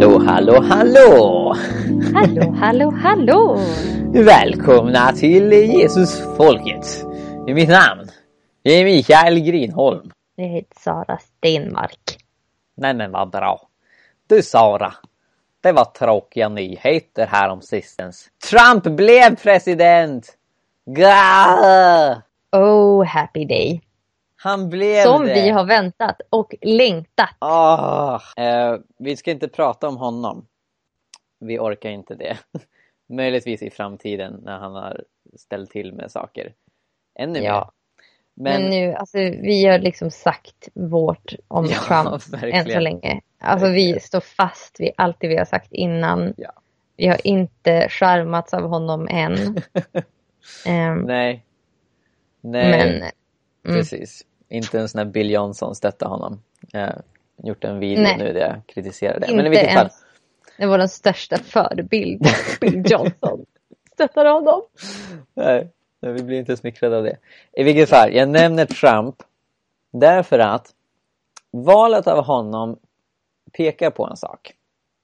Hallå, hallå, hallå! Hallå, hallå, hallå! Välkomna till Jesusfolket. I mitt namn är Mikael Grinholm. Jag heter Sara Stenmark. Nej men vad bra. Du Sara, det var tråkiga nyheter här om sistens. Trump blev president! Gah! Oh, happy day. Han blev Som det. vi har väntat och längtat. Vi ska inte prata om honom. Vi orkar inte det. Möjligtvis i framtiden när han har ställt till med saker. Ännu mer. Men nu, alltså vi har liksom sagt vårt om Trump verkligen. än så länge. Alltså vi står fast vid allt det vi har sagt innan. Ja. Vi har inte skärmats av honom än. Nej. Men, precis. Inte en sån här Bill Johnson stöttar honom. Jag har gjort en video nu där jag kritiserar det. Men i vilket fall. Det var den största förebild. Bill Johnson stöttar honom. Nej, vi blir inte smickrade av det. I vilket fall, jag nämner Trump därför att valet av honom pekar på en sak.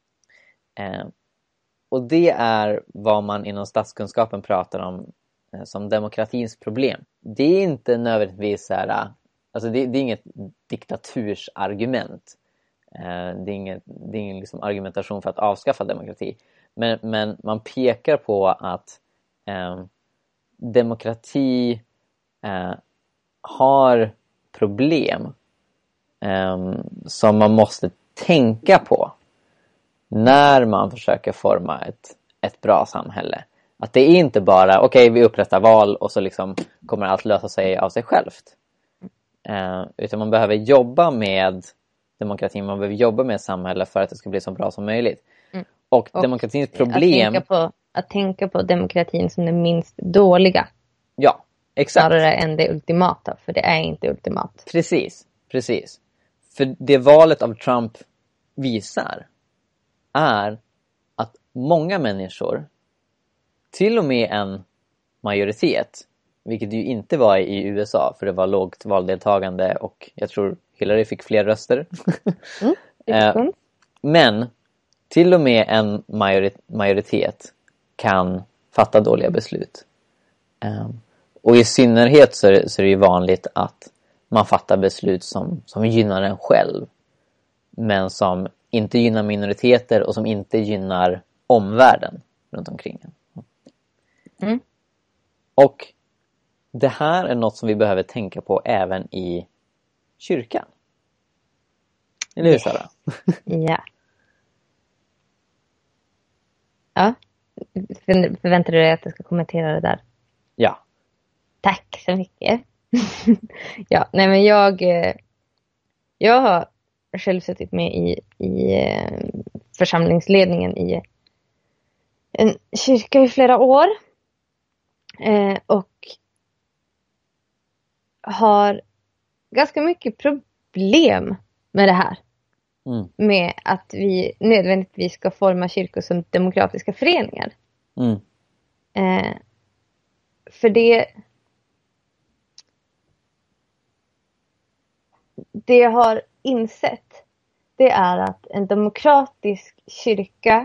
Och det är vad man inom statskunskapen pratar om som demokratins problem. Det är inte nödvändigtvis så här, alltså det är inget diktatursargument. Det är ingen liksom argumentation för att avskaffa demokrati. Men man pekar på att demokrati har problem som man måste tänka på när man försöker forma ett bra samhälle. Att det är inte bara, okej, vi upprättar val och så liksom kommer allt lösa sig av sig självt. Utan man behöver jobba med demokratin, man behöver jobba med samhället för att det ska bli så bra som möjligt. Och demokratins problem... Att tänka på demokratin som den minst dåliga. Ja, exakt. Snarare än det ultimata, för det är inte ultimat. Precis. För det valet av Trump visar är att många människor, till och med en majoritet, vilket ju inte var i USA för det var lågt valdeltagande och jag tror Hillary fick fler röster. Men till och med en majoritet kan fatta dåliga beslut. Och i synnerhet så är det ju vanligt att man fattar beslut som gynnar en själv. Men som inte gynnar minoriteter och som inte gynnar omvärlden runt omkring en. Och det här är något som vi behöver tänka på även i kyrkan. Eller hur, Sara? Ja. Ja. Förväntar du dig att jag ska kommentera det där? Ja. Tack så mycket. Ja, nej men jag har själv suttit med i församlingsledningen i en kyrka i flera år. Och har ganska mycket problem med det här. Med att vi nödvändigtvis ska forma kyrkor som demokratiska föreningar. För det jag har insett, det är att en demokratisk kyrka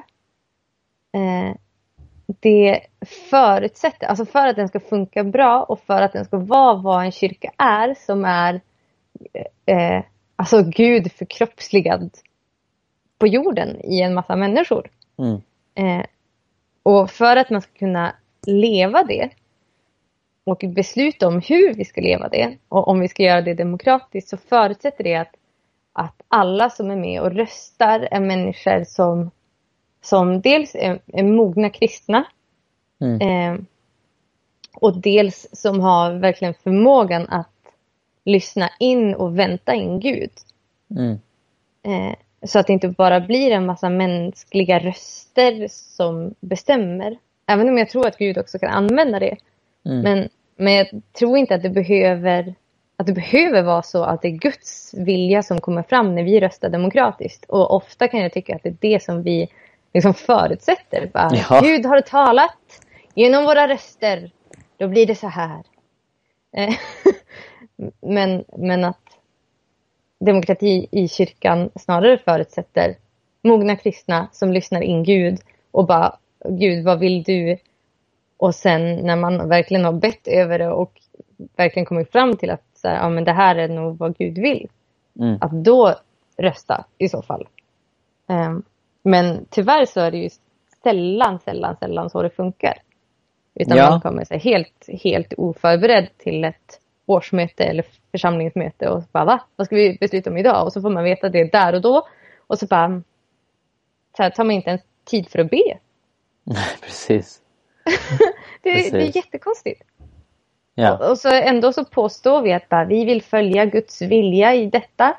det förutsätter, alltså för att den ska funka bra och för att den ska vara vad en kyrka är, som är alltså Gud förkroppsligad på jorden i en massa människor. Och för att man ska kunna leva det och besluta om hur vi ska leva det och om vi ska göra det demokratiskt, så förutsätter det att alla som är med och röstar är människor som dels är mogna kristna och dels som har verkligen förmågan att lyssna in och vänta in Gud. Så att det inte bara blir en massa mänskliga röster som bestämmer. Även om jag tror att Gud också kan använda det. Men jag tror inte att det behöver vara så att det är Guds vilja som kommer fram när vi röstar demokratiskt. Och ofta kan jag tycka att det är det som vi liksom förutsätter. Ja. Gud har talat genom våra röster. Då blir det så här. Men att demokrati i kyrkan snarare förutsätter mogna kristna som lyssnar in Gud och bara, Gud, vad vill du? Och sen när man verkligen har bett över det och verkligen kommit fram till att så här, ja, men det här är nog vad Gud vill. Att då rösta i så fall. Men tyvärr så är det ju sällan så det funkar. Utan man kommer sig helt oförberedd till ett årsmöte eller församlingsmöte och bara, va? Vad ska vi besluta om idag? Och så får man veta det där och då. Och så bara så här, tar man inte ens tid för att be. Nej, precis. Det är jättekonstigt. Ja. Och så ändå så påstår vi att bara, vi vill följa Guds vilja i detta.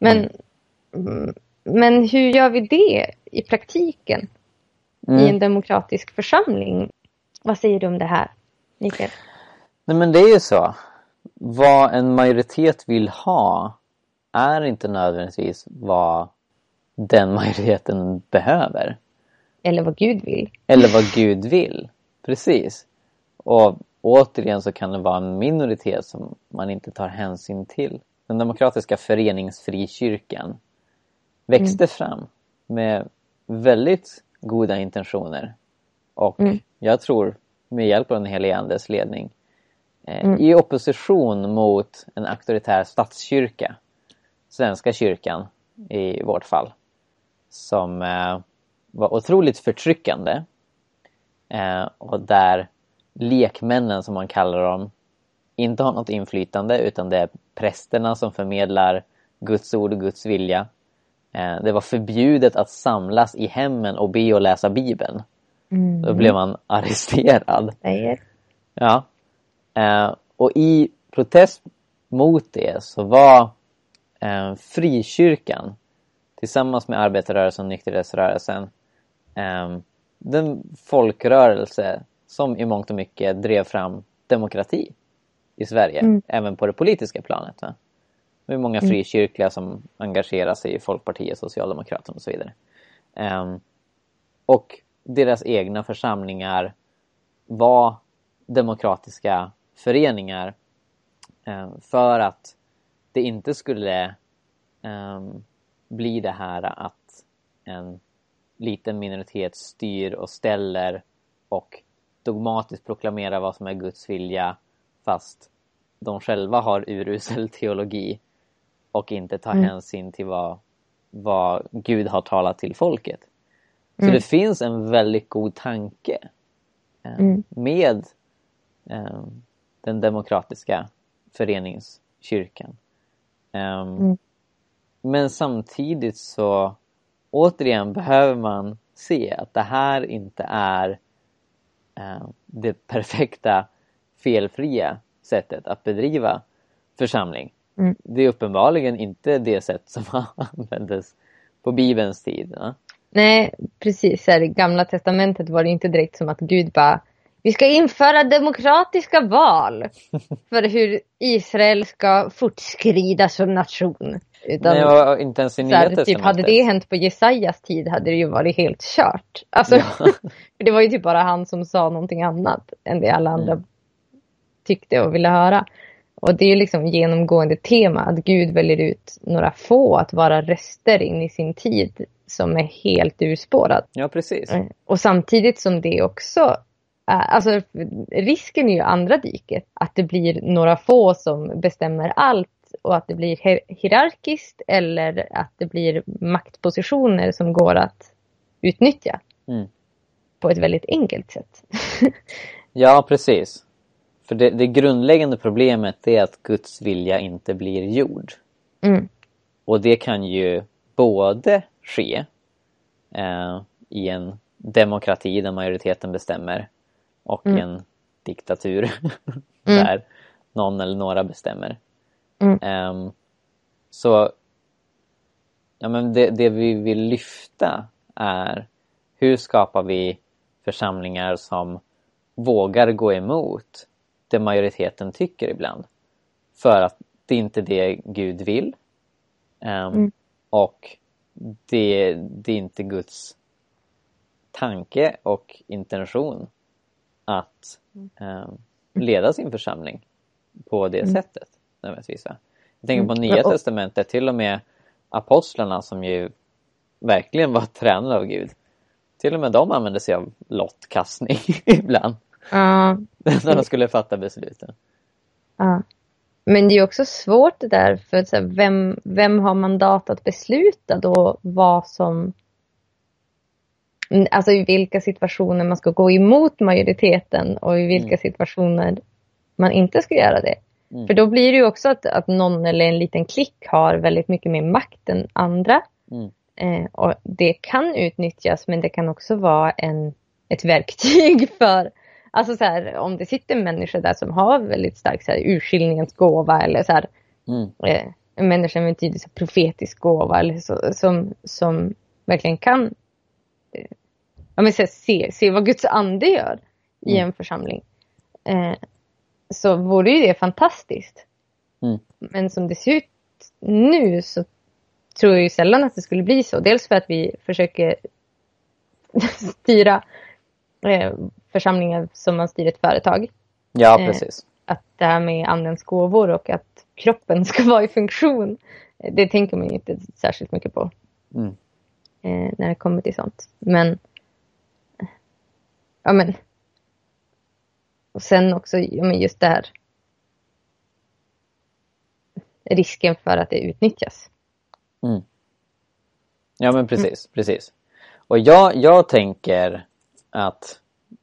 Men hur gör vi det i praktiken? I en demokratisk församling? Vad säger du om det här, Mikael? Nej, men det är ju så. Vad en majoritet vill ha är inte nödvändigtvis vad den majoriteten behöver. Eller vad Gud vill. Eller vad Gud vill. Precis. Och återigen så kan det vara en minoritet som man inte tar hänsyn till. Den demokratiska föreningsfrikyrkan växte fram med väldigt goda intentioner. Och jag tror med hjälp av den heliga andes ledning i opposition mot en auktoritär statskyrka, Svenska kyrkan i vårt fall, som var otroligt förtryckande och där lekmännen, som man kallar dem, inte har något inflytande, utan det är prästerna som förmedlar Guds ord och Guds vilja. Det var förbjudet att samlas i hemmen och be och läsa Bibeln. Då blev man arresterad. Ja. Och i protest mot det så var frikyrkan tillsammans med arbetarrörelsen och nykterhetsrörelsen den folkrörelse som i mångt och mycket drev fram demokrati i Sverige. Även på det politiska planet. Va? Det är många frikyrkliga som engagerar sig i Folkpartiet, Socialdemokraterna och så vidare. Och deras egna församlingar var demokratiska föreningar för att det inte skulle bli det här att en liten minoritet styr och ställer och dogmatiskt proklamerar vad som är Guds vilja, fast de själva har urusel teologi och inte tar hänsyn till vad Gud har talat till folket. Så det finns en väldigt god tanke med den demokratiska föreningskyrkan. Men samtidigt så återigen behöver man se att det här inte är det perfekta felfria sättet att bedriva församling. Det är uppenbarligen inte det sätt som användes på Bibelns tid. Ja? Nej, precis. I Gamla testamentet var det inte direkt som att Gud bara, vi ska införa demokratiska val för hur Israel ska fortskrida som nation. Utan, nej, inte ens i Nya testamentet. Typ, hade det hänt på Jesajas tid hade det ju varit helt kört. Alltså, för det var ju typ bara han som sa någonting annat än det alla andra tyckte och ville höra. Och det är ju liksom genomgående tema att Gud väljer ut några få att vara röster in i sin tid som är helt urspårad. Ja, precis. Och samtidigt som det också, alltså risken är ju andra diket. Att det blir några få som bestämmer allt och att det blir hierarkiskt eller att det blir maktpositioner som går att utnyttja på ett väldigt enkelt sätt. Ja, precis. För det grundläggande problemet är att Guds vilja inte blir gjord. Och det kan ju både ske i en demokrati där majoriteten bestämmer och i en diktatur där någon eller några bestämmer. Så ja, men det vi vill lyfta är hur skapar vi församlingar som vågar gå emot det majoriteten tycker ibland. För att det är inte det Gud vill. Och det är inte Guds tanke och intention att leda sin församling på det sättet. Jag tänker på Nya testamentet, till och med apostlarna som ju verkligen var tränade av Gud. Till och med de använde sig av lottkastning ibland. När de skulle fatta besluten. Ja. Men det är ju också svårt det där. För så här, vem har mandat att besluta då vad som... Alltså i vilka situationer man ska gå emot majoriteten. Och i vilka situationer man inte ska göra det. För då blir det ju också att någon eller en liten klick har väldigt mycket mer makt än andra. Och det kan utnyttjas, men det kan också vara ett verktyg för... Alltså så här, om det sitter människor där som har väldigt stark så här, urskiljningens gåva eller så här, en människa med en tydlig så profetisk gåva eller så, som verkligen kan se vad Guds ande gör i en församling. Så vore ju det fantastiskt. Men som det ser ut nu så tror jag ju sällan att det skulle bli så. Dels för att vi försöker styra församlingar som man styr ett företag. Ja, precis. Att det här med andens gåvor och att kroppen ska vara i funktion. Det tänker man ju inte särskilt mycket på. När det kommer till sånt. Men och sen också just det här risken för att det utnyttjas. Ja, men precis. Och jag tänker att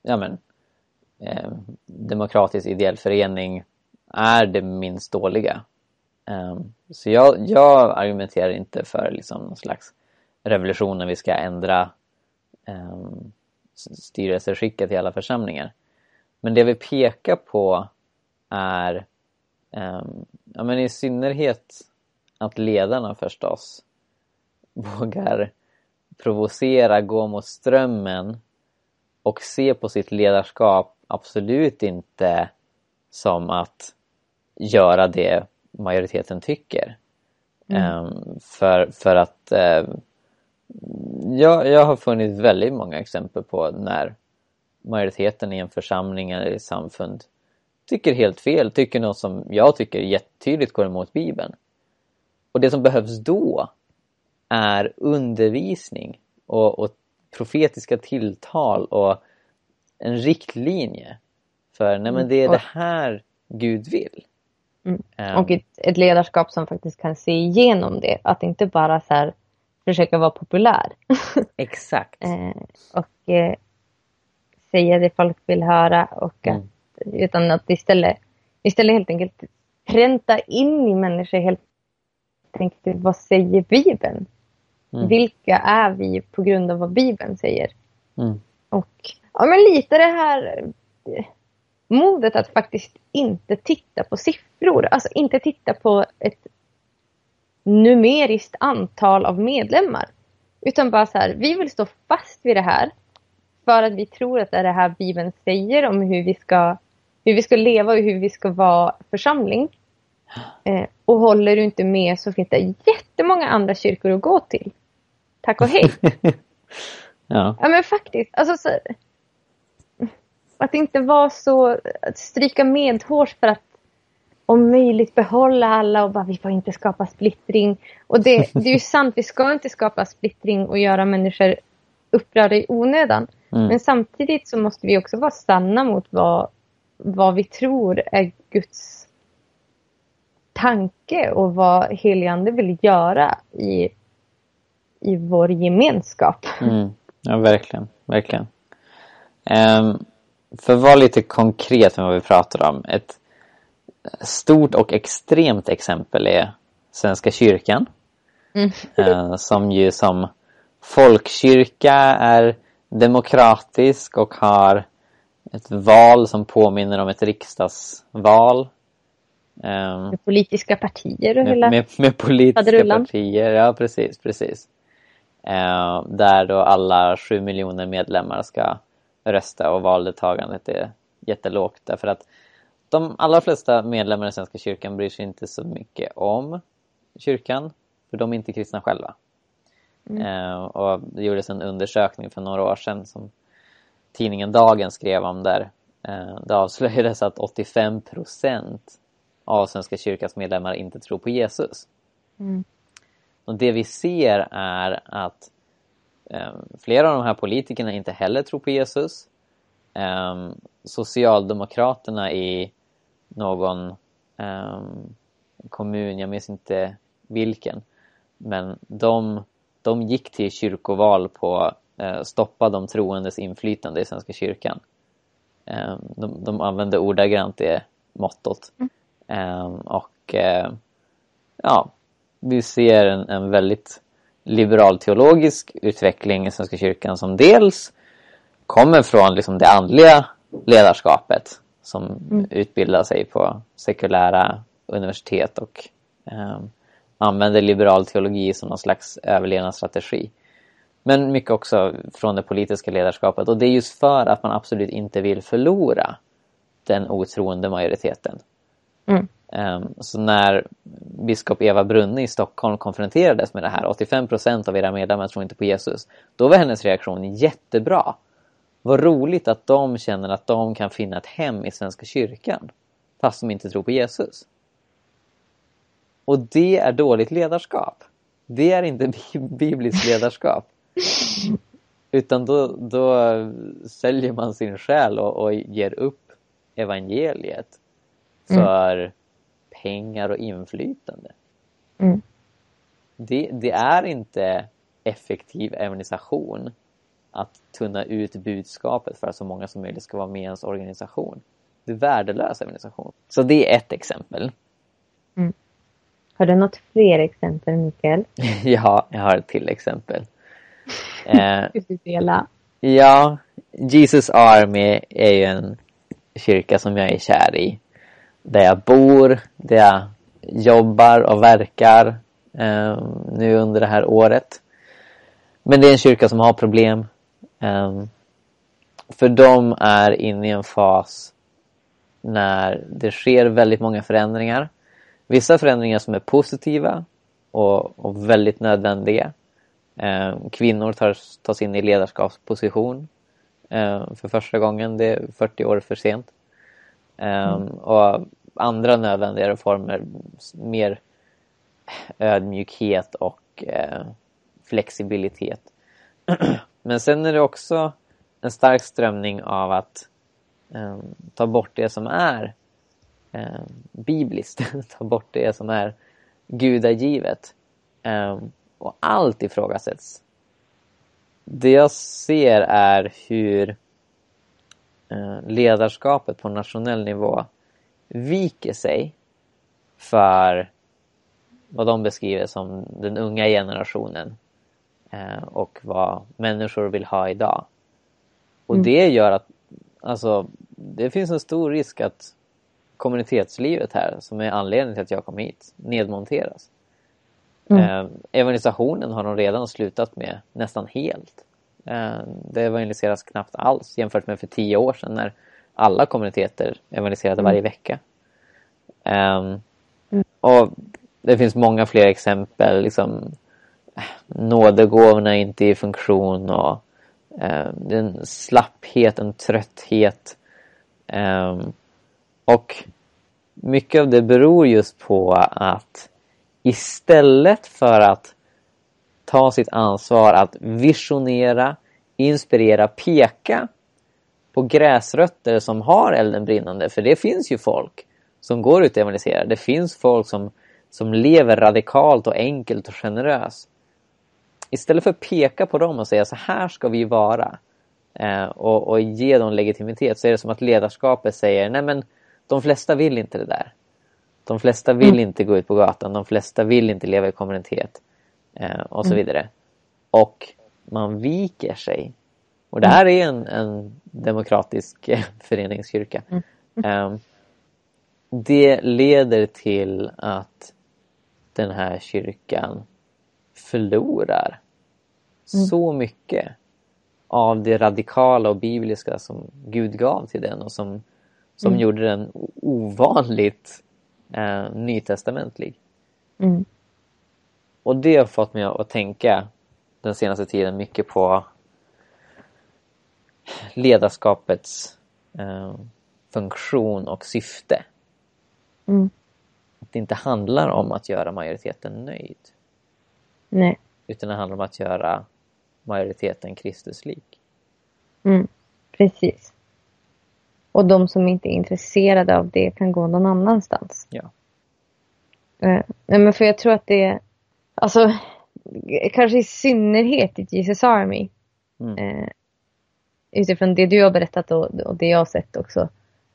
demokratisk ideell förening är det minst dåliga. Så jag argumenterar inte för liksom någon slags revolution när vi ska ändra styrelseskicket i alla församlingar. Men det vi pekar på är i synnerhet att ledarna förstås vågar provocera, gå mot strömmen och se på sitt ledarskap absolut inte som att göra det majoriteten tycker. För att jag har funnit väldigt många exempel på när majoriteten i en församling eller i samfund tycker helt fel, tycker något som jag tycker jättetydligt går emot Bibeln. Och det som behövs då är undervisning och profetiska tilltal och en riktlinje för det är det här Gud vill. Och ett ledarskap som faktiskt kan se igenom det. Att inte bara så här försöka vara populär. Exakt. Och säga det folk vill höra. Och utan att istället helt enkelt pränta in i människor helt enkelt vad säger Bibeln? Vilka är vi på grund av vad Bibeln säger? Och lite det här modet att faktiskt inte titta på siffror. Alltså inte titta på ett numeriskt antal av medlemmar. Utan bara så här, vi vill stå fast vid det här. För att vi tror att det är det här Bibeln säger om hur vi ska leva och hur vi ska vara församling. Och håller du inte med så finns det jättemånga andra kyrkor att gå till. Tack och hej. Ja, men faktiskt. Alltså så, att inte vara så... Att stryka medhårs för att om möjligt behålla alla och bara vi får inte skapa splittring. Och det är ju sant, vi ska inte skapa splittring och göra människor upprörda i onödan. Men samtidigt så måste vi också vara sanna mot vad vi tror är Guds tanke och vad heligande vill göra i vår gemenskap. Ja, verkligen. För att vara lite konkret med vad vi pratar om. Ett stort och extremt exempel är Svenska kyrkan. Som ju som folkkyrka är demokratisk och har ett val som påminner om ett riksdagsval. Med politiska partier och hela med politiska partier, ja precis. Där då alla 7 miljoner medlemmar ska rösta och valdeltagandet är jättelågt. Därför att de allra flesta medlemmar i Svenska kyrkan bryr sig inte så mycket om kyrkan. För de är inte kristna själva. Och det gjordes en undersökning för några år sedan som tidningen Dagen skrev om där. Det avslöjades att 85% av Svenska kyrkans medlemmar inte tror på Jesus. Och det vi ser är att Flera av de här politikerna inte heller tror på Jesus. Socialdemokraterna i någon kommun, jag minns inte vilken, men de gick till kyrkoval på stoppa de troendes inflytande i Svenska kyrkan. De använde ordagrant det mottot. Ja, vi ser en väldigt liberal teologisk utveckling i Svenska kyrkan som dels kommer från liksom det andliga ledarskapet som utbildar sig på sekulära universitet och använder liberal teologi som någon slags överlevnadsstrategi. Men mycket också från det politiska ledarskapet. Och det är just för att man absolut inte vill förlora den otroende majoriteten. Så när biskop Eva Brunne i Stockholm konfronterades med det här, 85% av era medlemmar tror inte på Jesus, då var hennes reaktion jättebra. Vad roligt att de känner att de kan finna ett hem i Svenska kyrkan fast de inte tror på Jesus. Och det är dåligt ledarskap. Det är inte bibliskt ledarskap. Utan då säljer man sin själ och ger upp evangeliet för pengar och inflytande. Det är inte effektiv evangelisation att tunna ut budskapet för att så många som möjligt ska vara med i ens organisation. Det är värdelös evangelisation. Så det är ett exempel. Har du något fler exempel, Mikael? Ja, jag har ett till exempel. Dela. Ja, Jesus Army är ju en kyrka som jag är kär i. Där jag bor, där jag jobbar och verkar nu under det här året. Men det är en kyrka som har problem. För de är inne i en fas när det sker väldigt många förändringar. Vissa förändringar som är positiva och väldigt nödvändiga. Kvinnor tas in i ledarskapsposition för första gången. Det är 40 år för sent. Och andra nödvändiga reformer, mer ödmjukhet och flexibilitet. Men sen är det också en stark strömning av att ta bort det som är bibliskt, ta bort det som är gudagivet, och allt ifrågasätts. Det jag ser är hur ledarskapet på nationell nivå viker sig för vad de beskriver som den unga generationen och vad människor vill ha idag. Och det gör att det finns en stor risk att kommunitetslivet här, som är anledningen till att jag kom hit, nedmonteras. Evangelisationen har de redan slutat med nästan helt. Det evangeliseras knappt alls jämfört med för 10 år sedan när alla kommuniteter evangeliserade varje vecka. Och det finns många fler exempel. Liksom, nådegåvorna är inte i funktion och en slapphet, en trötthet. Och mycket av det beror just på att istället för att ta sitt ansvar att visionera, inspirera, peka på gräsrötter som har elden brinnande. För det finns ju folk som går ut och evangeliserar. Det finns folk som lever radikalt och enkelt och generöst. Istället för att peka på dem och säga så här ska vi vara och ge dem legitimitet, så är det som att ledarskapet säger nej men de flesta vill inte det där. De flesta vill inte gå ut på gatan. De flesta vill inte leva i kommunitet. Och så vidare. Och man viker sig. Och det här är en demokratisk föreningskyrka. Det leder till att den här kyrkan förlorar så mycket av det radikala och bibliska som Gud gav till den och som gjorde den ovanligt nytestamentlig. Och det har fått mig att tänka den senaste tiden mycket på ledarskapets funktion och syfte. Att det inte handlar om att göra majoriteten nöjd. Nej. Utan det handlar om att göra majoriteten Kristuslik. Precis. Och de som inte är intresserade av det kan gå någon annanstans. Ja. Men för jag tror att det, alltså kanske i synnerhet i Jesus Army, utifrån det du har berättat och det jag har sett också,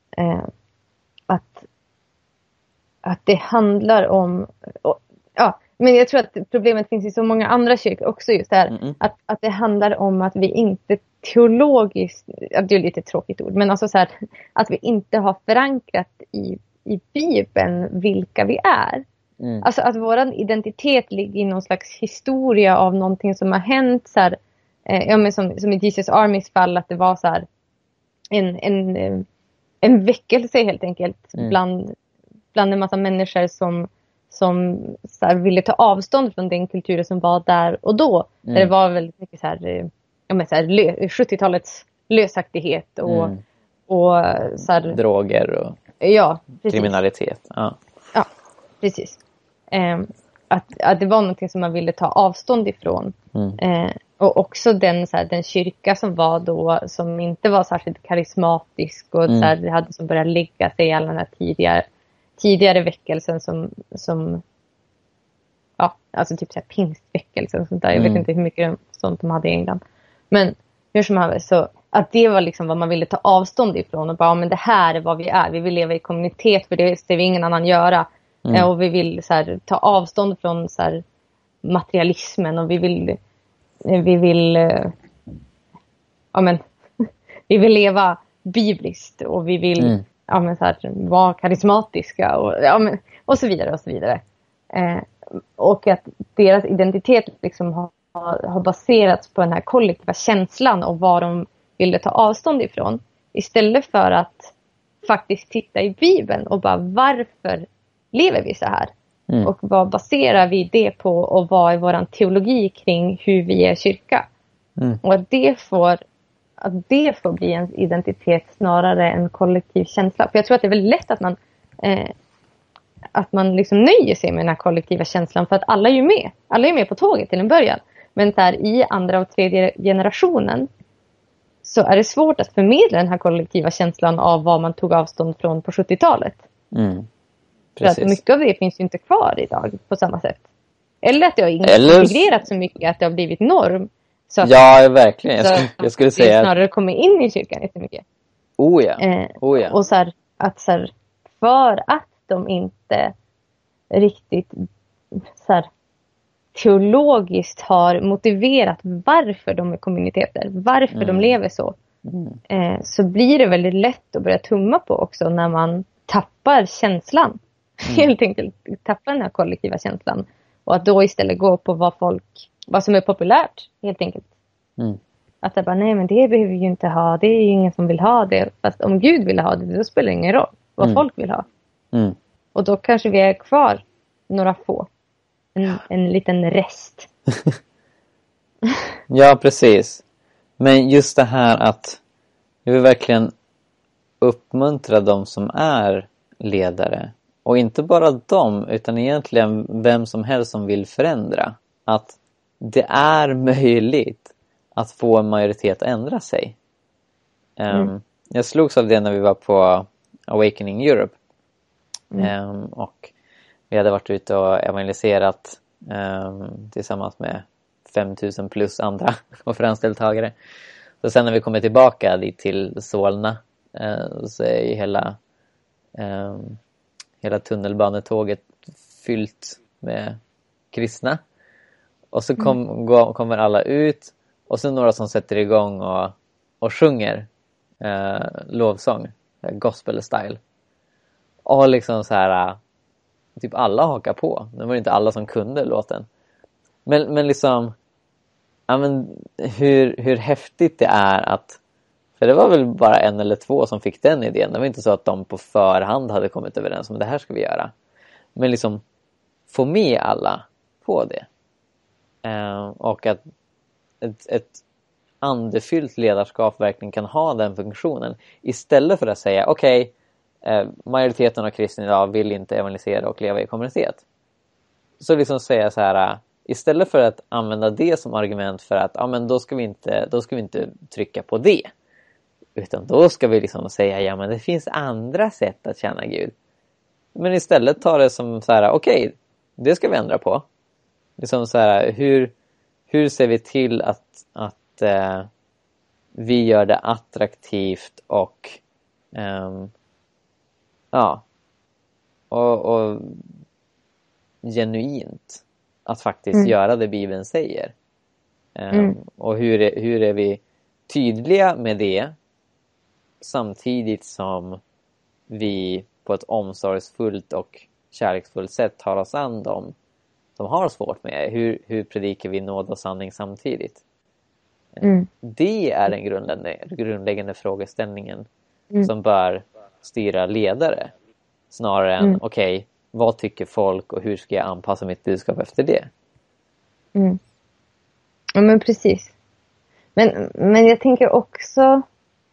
att det handlar om, men jag tror att problemet finns i så många andra kyrkor också, just det här, att det handlar om att vi inte teologiskt, det är lite tråkigt ord, men alltså så här, att vi inte har förankrat i Bibeln vilka vi är. Alltså att våran identitet ligger i någon slags historia av någonting som har hänt så här, men som i Jesus Armys fall, att det var så här en väckelse helt enkelt bland en massa människor som så här, ville ta avstånd från den kulturen som var där och då. Där det var väldigt mycket så här, så här 70-talets lösaktighet och så här, droger och kriminalitet. Ja, precis. Att det var någonting som man ville ta avstånd ifrån. Och också den kyrka som var då, som inte var särskilt karismatisk och så här, det hade som börjat lägga sig i alla den här tidigare väckelsen som alltså typ så här pingstväckelsen och sånt där. Jag vet inte hur mycket sånt de hade i England. Men hur som helst, så att det var liksom vad man ville ta avstånd ifrån och bara, men det här är vad vi är. Vi vill leva i kommunitet, för det ser vi ingen annan göra. Och vi vill så här, ta avstånd från så här, materialismen, och vi vill vi vill leva bibliskt, och vi vill så här, vara karismatiska och så vidare och så vidare. Och att deras identitet liksom har baserats på den här kollektiva känslan och vad de ville ta avstånd ifrån, istället för att faktiskt titta i Bibeln och bara, varför lever vi så här? Och vad baserar vi det på, och vad är våran teologi kring hur vi är kyrka? Och att det får bli en identitet snarare än kollektiv känsla. För jag tror att det är väldigt lätt att man liksom nöjer sig med den här kollektiva känslan, för att alla är ju med. Alla är med på tåget till en början. Men så här, i andra och tredje generationen så är det svårt att förmedla den här kollektiva känslan av vad man tog avstånd från på 70-talet. För att mycket av det finns ju inte kvar idag på samma sätt. Eller att det har integrerat så mycket att det har blivit norm. Så att, verkligen. Jag skulle säga att det snarare kommer in i kyrkan jättemycket. Och så här, för att de inte riktigt så här, teologiskt har motiverat varför de är kommuniteter, varför de lever så. Så blir det väldigt lätt att börja tumma på också när man tappar känslan. Helt enkelt tappar den här kollektiva känslan. Och att då istället gå på vad som är populärt, helt enkelt. Att det bara, nej men det behöver vi ju inte ha, det är ju ingen som vill ha det. Fast om Gud vill ha det, då spelar det ingen roll vad folk vill ha. Och då kanske vi är kvar några få. En liten rest. Ja, precis. Men just det här att vi vill verkligen uppmuntra de som är ledare. Och inte bara dem, utan egentligen vem som helst som vill förändra. Att det är möjligt att få en majoritet att ändra sig. Jag slogs av det när vi var på Awakening Europe. Och vi hade varit ute och evangeliserat tillsammans med 5000 plus andra konferensdeltagare. Så sen när vi kommer tillbaka dit till Solna så är ju hela tunnelbanetåget fyllt med kristna. Och så kommer alla ut, och så några som sätter igång och sjunger lovsång, gospel style. Och liksom så här, typ alla hakar på. Det var inte alla som kunde låten. Men liksom, ja, men hur häftigt det är att, för det var väl bara en eller två som fick den idén. Det var inte så att de på förhand hade kommit överens om det här ska vi göra. Men liksom få med alla på det. Och att ett andefyllt ledarskap verkligen kan ha den funktionen. Istället för att säga, okej, majoriteten av kristna idag vill inte evangelisera och leva i kommunitet. Så liksom säga så här, istället för att använda det som argument för att men då ska vi inte trycka på det. Utan då ska vi liksom säga, men det finns andra sätt att känna Gud. Men istället ta det som så här, okej, det ska vi ändra på. Liksom så här, hur ser vi till att vi gör det attraktivt och och genuint att faktiskt göra det Bibeln säger. Och hur är vi tydliga med det samtidigt som vi på ett omsorgsfullt och kärleksfullt sätt tar oss an dem som har svårt med det. Hur predikar vi nåd och sanning samtidigt? Det är den grundläggande frågeställningen som bör styra ledare. Snarare än, okej, vad tycker folk och hur ska jag anpassa mitt budskap efter det? Ja, men precis. Men jag tänker också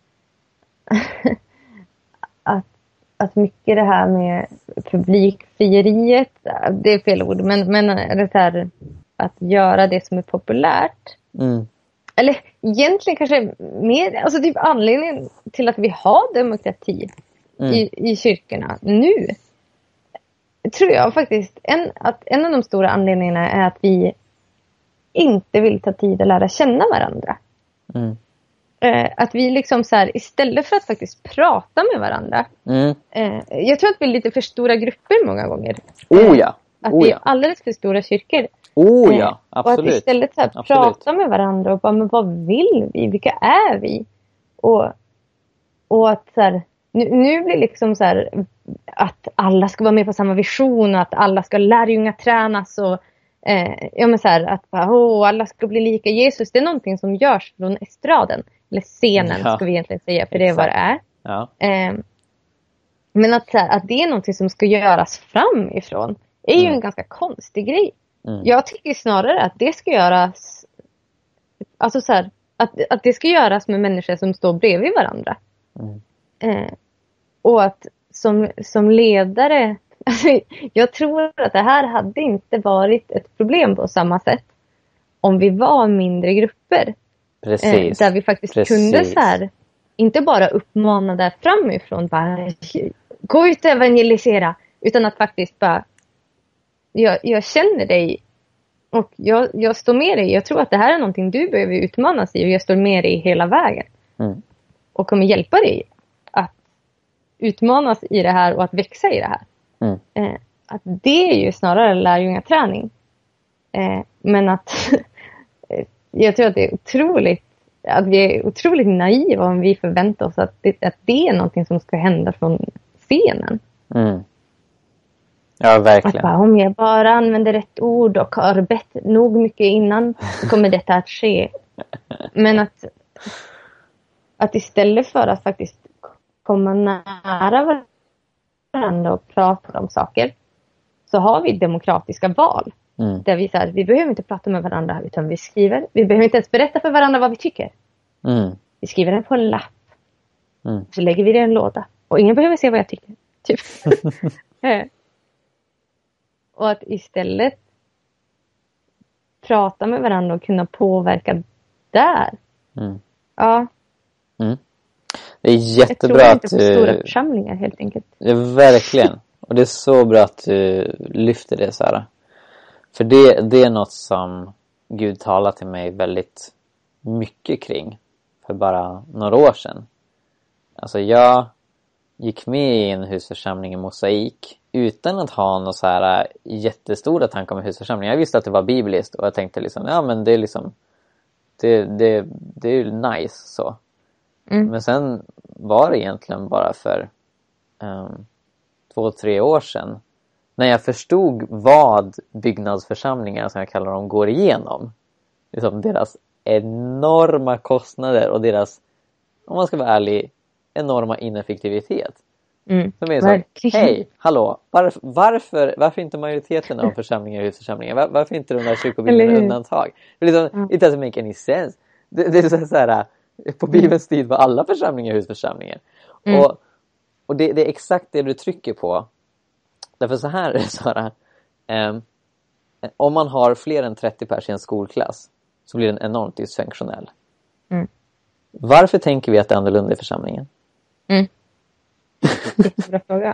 att mycket det här med publikfrieriet, det är fel ord, men det här, att göra det som är populärt. Eller egentligen kanske mer, alltså typ anledningen till att vi har demokrati i kyrkorna nu, tror jag faktiskt att en av de stora anledningarna är att vi inte vill ta tid att lära känna varandra. Att vi liksom så här, istället för att faktiskt prata med varandra. Jag tror att vi är lite för stora grupper många gånger. Att vi är alldeles för stora kyrkor. Absolut. Och att istället så här, prata med varandra och bara, men vad vill vi? Vilka är vi? Och att så här, nu blir liksom så här, att alla ska vara med på samma vision och att alla ska lärjungatränas och men så här, att alla ska bli lika Jesus. Det är någonting som görs från estraden eller scenen ska vi egentligen säga, för det är vad det är. Men att det är någonting som ska göras framifrån är ju en ganska konstig grej. Jag tycker snarare att det ska göras, alltså så här, att det ska göras med människor som står bredvid varandra. Och att som ledare, alltså, jag tror att det här hade inte varit ett problem på samma sätt om vi var mindre grupper. Precis. Där vi faktiskt kunde så här, inte bara uppmana där framifrån, bara gå ut och evangelisera, utan att faktiskt bara jag känner dig och jag står med dig. Jag tror att det här är någonting du behöver utmanas i och jag står med dig hela vägen. Och kommer hjälpa dig att utmanas i det här och att växa i det här. Att det är ju snarare lärjungaträning. Men att jag tror att det är otroligt, att vi är otroligt naiva om vi förväntar oss att det är någonting som ska hända från scenen. Ja, verkligen. Att bara, om jag bara använder rätt ord och har bett nog mycket innan, så kommer detta att ske. Men att istället för att faktiskt komma nära varandra och prata om saker, så har vi demokratiska val. Där vi säger, vi behöver inte prata med varandra utan vi skriver. Vi behöver inte ens berätta för varandra vad vi tycker. Vi skriver den på en lapp. Så lägger vi det i en låda. Och ingen behöver se vad jag tycker. Typ. Och att istället prata med varandra och kunna påverka där. Ja. Det är jättebra jag tror inte på stora församlingar helt enkelt. Det är verkligen. Och det är så bra att du lyfter det, Sara. För det är något som Gud talade till mig väldigt mycket kring för bara några år sedan. Alltså jag gick med i en husförsamling i Mosaik utan att ha några så här jättestora tankar om husförsamling. Jag visste att det var bibliskt och jag tänkte liksom, ja men det är liksom det är ju nice så. Men sen var det egentligen bara för 2-3 år sedan när jag förstod vad byggnadsförsamlingar, som jag kallar dem, går igenom. Liksom deras enorma kostnader och deras, om man ska vara ärlig, enorma ineffektivitet. Som är så, hej, hallå, varför inte majoriteten av församlingar och husförsamlingar? Varför inte de där kyrkobyggnaderna undantag? Det är liksom, it doesn't make any sense. Det är så här, på Bibelns tid var alla församlingar husförsamlingar. Och det är exakt det du trycker på. Därför så här, Sara, om man har fler än 30 pers i en skolklass så blir den enormt dysfunktionell. Varför tänker vi att det är annorlunda i församlingen? Jättebra fråga.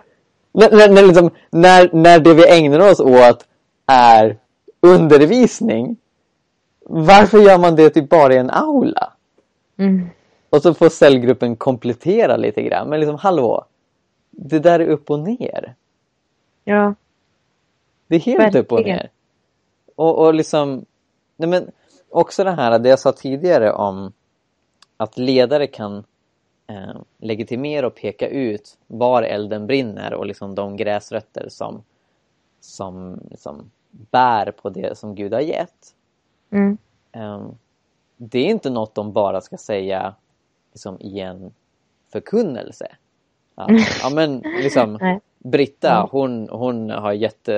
När det vi ägnar oss åt är undervisning, varför gör man det typ bara i en aula? Och så får cellgruppen komplettera lite grann. Men liksom, hallå, det där är upp och ner. Ja. Det är helt verkligen upp och ner. Och liksom, nej men också det här, det jag sa tidigare om att ledare kan legitimera och peka ut var elden brinner och liksom de gräsrötter som bär på det som Gud har gett. Det är inte något de bara ska säga liksom i en förkunnelse. Ja men liksom Britta, hon har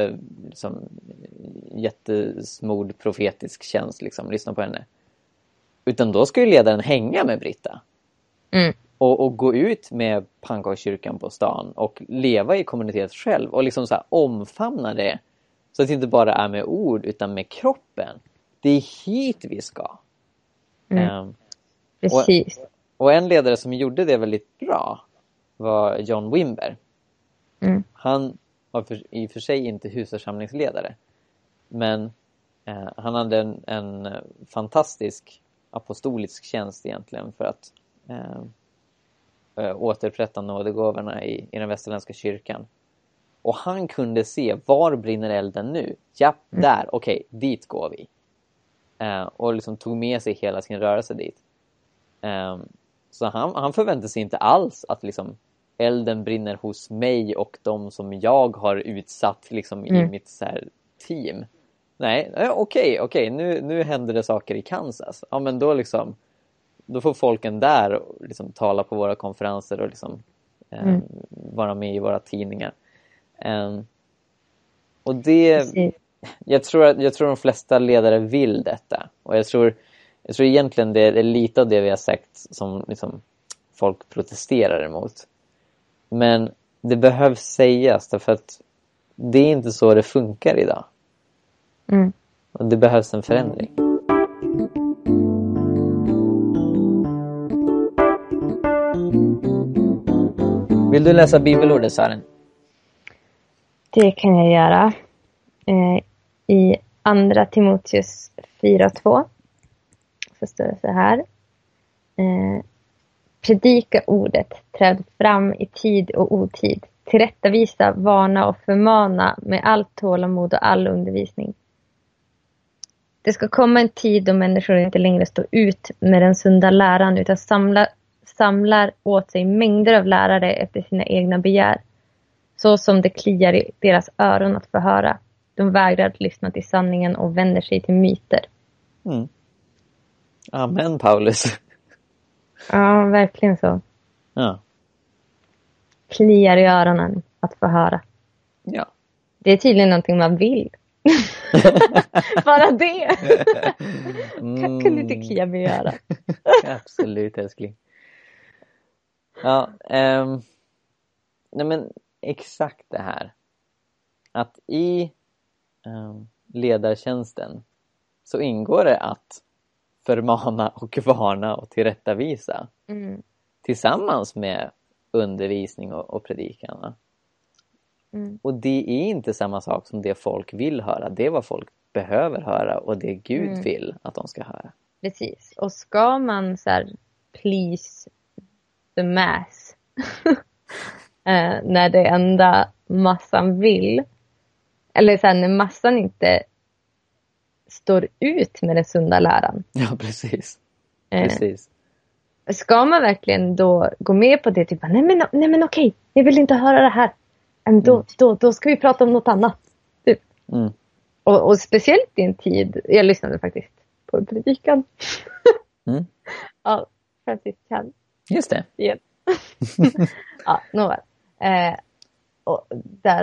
jättesmord profetisk tjänst liksom, lyssna på henne. Utan då ska ju ledaren hänga med Britta. Och gå ut med pannkakskyrkan på stan och leva i kommunitet själv och liksom så här omfamna det, så att det inte bara är med ord utan med kroppen. Det är hit vi ska. Precis. Och en ledare som gjorde det väldigt bra var John Wimber. Han var i och för sig inte husförsamlingsledare, men han hade en fantastisk apostolisk tjänst egentligen för att återupprätta nådegåvorna i den västerländska kyrkan. Och han kunde se, var brinner elden nu? Ja, där, okej, dit går vi. Och liksom tog med sig hela sin rörelse dit. Så han förväntade sig inte alls att liksom elden brinner hos mig och de som jag har utsatt liksom i mitt så här team. Nej, okej, nu händer det saker i Kansas. Ja, men då får folken där liksom tala på våra konferenser och liksom vara med i våra tidningar. Och det jag tror de flesta ledare vill detta. Och jag tror egentligen det är lite av det vi har sagt som liksom folk protesterar emot. Men det behövs sägas därför att det är inte så det funkar idag. Och det behövs en förändring. Vill du läsa bibelordet, Sören? Det kan jag göra. I andra Timoteus 4:2 så står det så här. Predika ordet, träd fram i tid och otid. Tillrättavisa, varna och förmana med allt tålamod och all undervisning. Det ska komma en tid då människor inte längre står ut med den sunda läran utan samlar åt sig mängder av lärare efter sina egna begär. Så som det kliar i deras öron att få höra. De vägrar att lyssna till sanningen och vänder sig till myter. Amen, Paulus. Ja, verkligen så. Ja. Kliar i öronen att få höra. Ja. Det är tydligen någonting man vill. Bara det. Jag kunde inte klia mig i örat. Absolut, älskling. Ja, nej men exakt det här. Att i ledartjänsten så ingår det att förmana och varna och tillrättavisa. Tillsammans med undervisning och predikan. Och det är inte samma sak som det folk vill höra. Det är vad folk behöver höra och det Gud vill att de ska höra. Precis. Och ska man så här please the mass när det enda massan vill, eller så här, när massan inte står ut med den sunda läran. Ja, precis. Precis. Ska man verkligen då gå med på det? Typ, nej men okej, jag vill inte höra det här. Då ska vi prata om något annat. Typ. Och speciellt i en tid, jag lyssnade faktiskt på predikan. Ja, Francis Chan. Just det. Igen. Ja, nåväl. Och där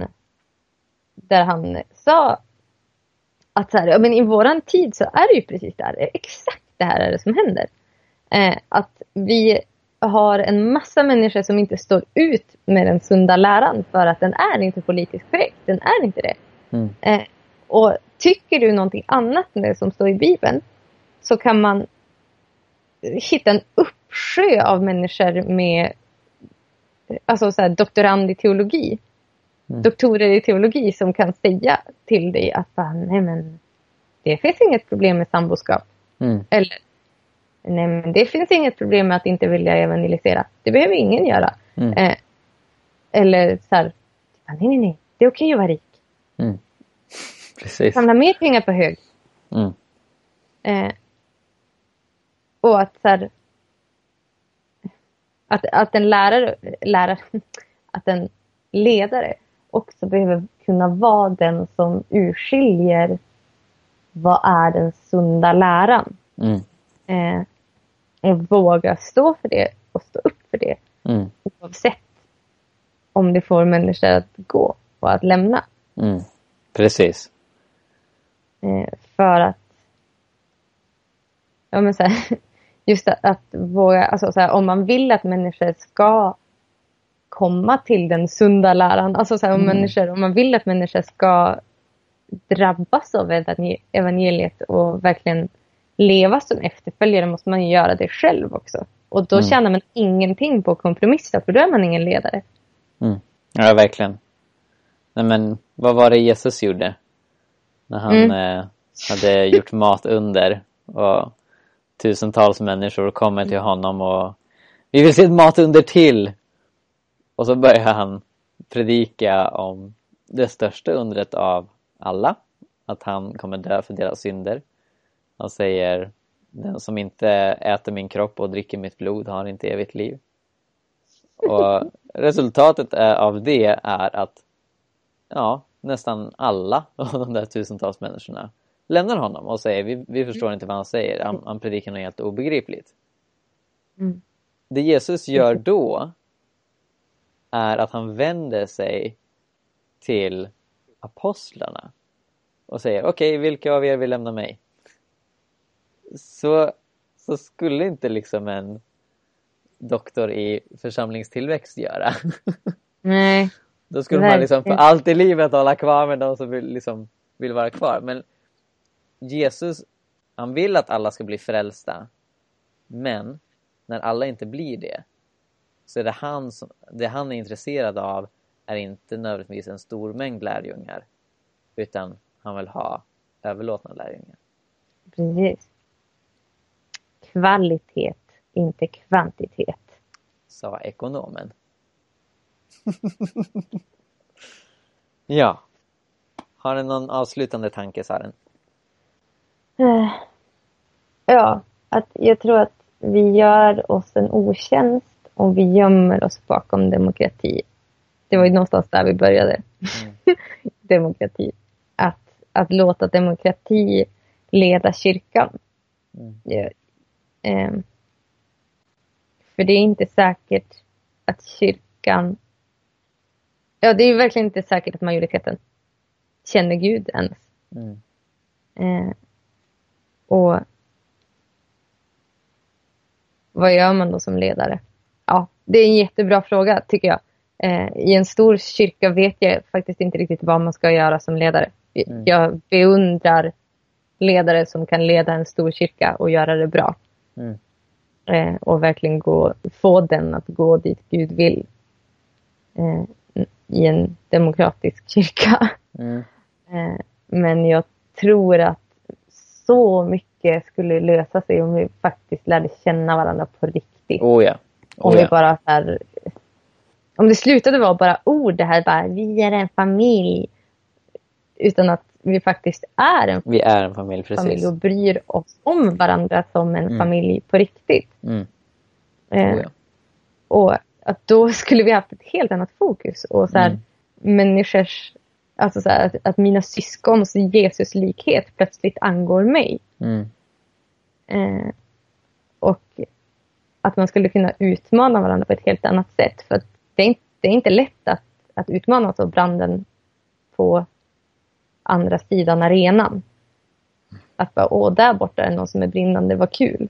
han sa att så här, men i våran tid så är det ju precis där. Exakt det här är det som händer. Att vi har en massa människor som inte står ut med den sunda läran för att den är inte politiskt korrekt. Den är inte det. Och tycker du någonting annat än det som står i Bibeln, så kan man hitta en uppsjö av människor med alltså så här, doktorand i teologi. Doktorer i teologi som kan säga till dig att nej, men det finns inget problem med samboskap. Eller nej, men det finns inget problem med att inte vilja evangelisera. Det behöver ingen göra. Eller så här, nej, det är okej att vara rik. Precis. Samla mer pengar på hög. Och att så här, att en lärare att en ledare också behöver kunna vara den som urskiljer vad är den sunda läran. Och våga stå för det och stå upp för det. Oavsett om det får människor att gå och att lämna. Precis. För att ja, men så här, just att våga, alltså så här, om man vill att människor ska komma till den sunda läran, alltså så här, om man vill att människor ska drabbas av evangeliet och verkligen leva som efterföljare, måste man ju göra det själv också. Och då tjänar man ingenting på att kompromissa, för då är man ingen ledare. Ja, verkligen. Nej, men vad var det Jesus gjorde när han hade gjort mat under och tusentals människor kommer till honom och vi vill se ett mat under till, och så börjar han predika om det största undret av alla, att han kommer dö för deras synder. Han säger, den som inte äter min kropp och dricker mitt blod har inte evigt liv. Och resultatet av det är att nästan alla av de där tusentals människorna lämnar honom och säger, vi förstår inte vad han säger. Han predikar något helt obegripligt. Det Jesus gör då är att han vänder sig till apostlarna och säger, okej, vilka av er vill lämna mig? Så skulle inte liksom en doktor i församlingstillväxt göra. Nej. Då skulle man liksom för allt i livet hålla kvar med de som vill vara kvar. Men Jesus, han vill att alla ska bli frälsta. Men när alla inte blir det, så är det han är intresserad av är inte nödvändigtvis en stor mängd lärjungar, utan han vill ha överlåtna lärjungar. Precis. Kvalitet, inte kvantitet, sa ekonomen. Ja. Har du någon avslutande tanke, Saren? Ja, att jag tror att vi gör oss en otjänst om vi gömmer oss bakom demokrati. Det var ju någonstans där vi började. Demokrati. Att låta demokrati leda kyrkan. För det är inte säkert att kyrkan... Ja, det är ju verkligen inte säkert att majoriteten känner Gud ens. Och vad gör man då som ledare? Ja, det är en jättebra fråga, tycker jag. I en stor kyrka vet jag faktiskt inte riktigt vad man ska göra som ledare. Jag beundrar ledare som kan leda en stor kyrka och göra det bra. Och verkligen få den att gå dit Gud vill. I en demokratisk kyrka. Men jag tror att så mycket skulle lösa sig om vi faktiskt lärde känna varandra på riktigt. Om vi bara här, om det slutade vara bara ord, det här bara, vi är en familj, utan att vi faktiskt är en familj, precis. Och bryr oss om varandra som en familj på riktigt. Och att då skulle vi haft ett helt annat fokus. Och så här, människors, alltså så här, att mina syskons Jesus likhet plötsligt angår mig. Och att man skulle kunna utmana varandra på ett helt annat sätt. För att det är inte lätt att utmana av branden på andra sidan arenan. Att bara, där borta är någon som är brinnande, vad kul.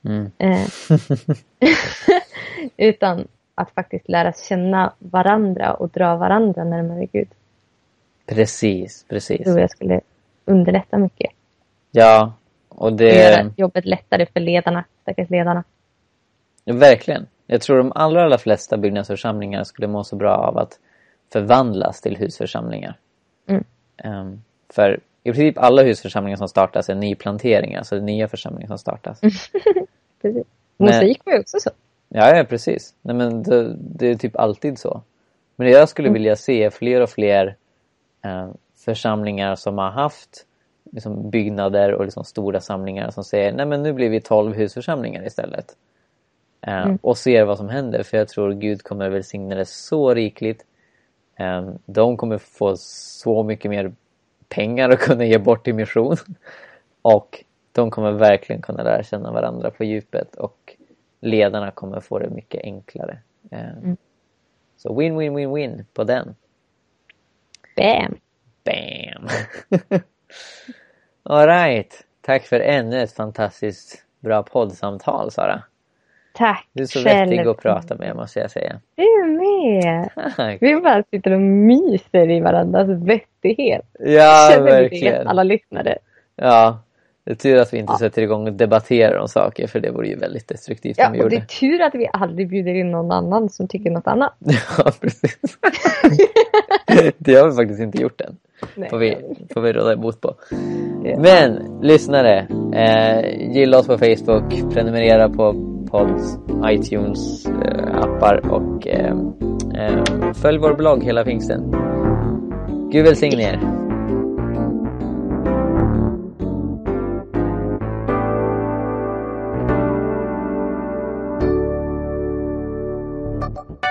Utan att faktiskt lära känna varandra och dra varandra närmare Gud. Precis. Jag tror jag skulle underlätta mycket. Ja, och det... göra jobbet lättare för ledarna, stackars ledarna. Ja, verkligen. Jag tror de allra flesta byggnadsförsamlingar skulle må så bra av att förvandlas till husförsamlingar. För i princip alla husförsamlingar som startas är nyplanteringar, alltså det är nya församlingar som startas. Precis. Musik var ju också så. Ja, precis. Nej, men det är typ alltid så. Men jag skulle vilja se fler och fler församlingar som har haft liksom, byggnader och liksom, stora samlingar som säger, nej men nu blir vi 12 husförsamlingar istället. Och ser vad som händer, för jag tror Gud kommer välsigna det så rikligt. De kommer få så mycket mer pengar att kunna ge bort i mission. Och de kommer verkligen kunna lära känna varandra på djupet, och ledarna kommer få det mycket enklare. Så win på den. Bam. All right. Tack för ännu ett fantastiskt bra poddsamtal, Sara. Tack. Du är så vettig att prata med, måste jag säga. Du med. Tack. Vi bara sitter och myser i varandras vettighet. Ja, känner verkligen. Det, alla lyssnare. Ja, det är tur att vi inte sätter igång och debatterar om saker, för det vore ju väldigt destruktivt om vi gjorde. Det är tur att vi aldrig bjuder in någon annan som tycker något annat. Ja, precis. Det har vi faktiskt inte gjort än. Nej, får vi råda emot på. Ja. Men, lyssnare, gilla oss på Facebook, prenumerera på pods, iTunes, appar och följ vår blogg Hela Pingsten. Gud välsigne er.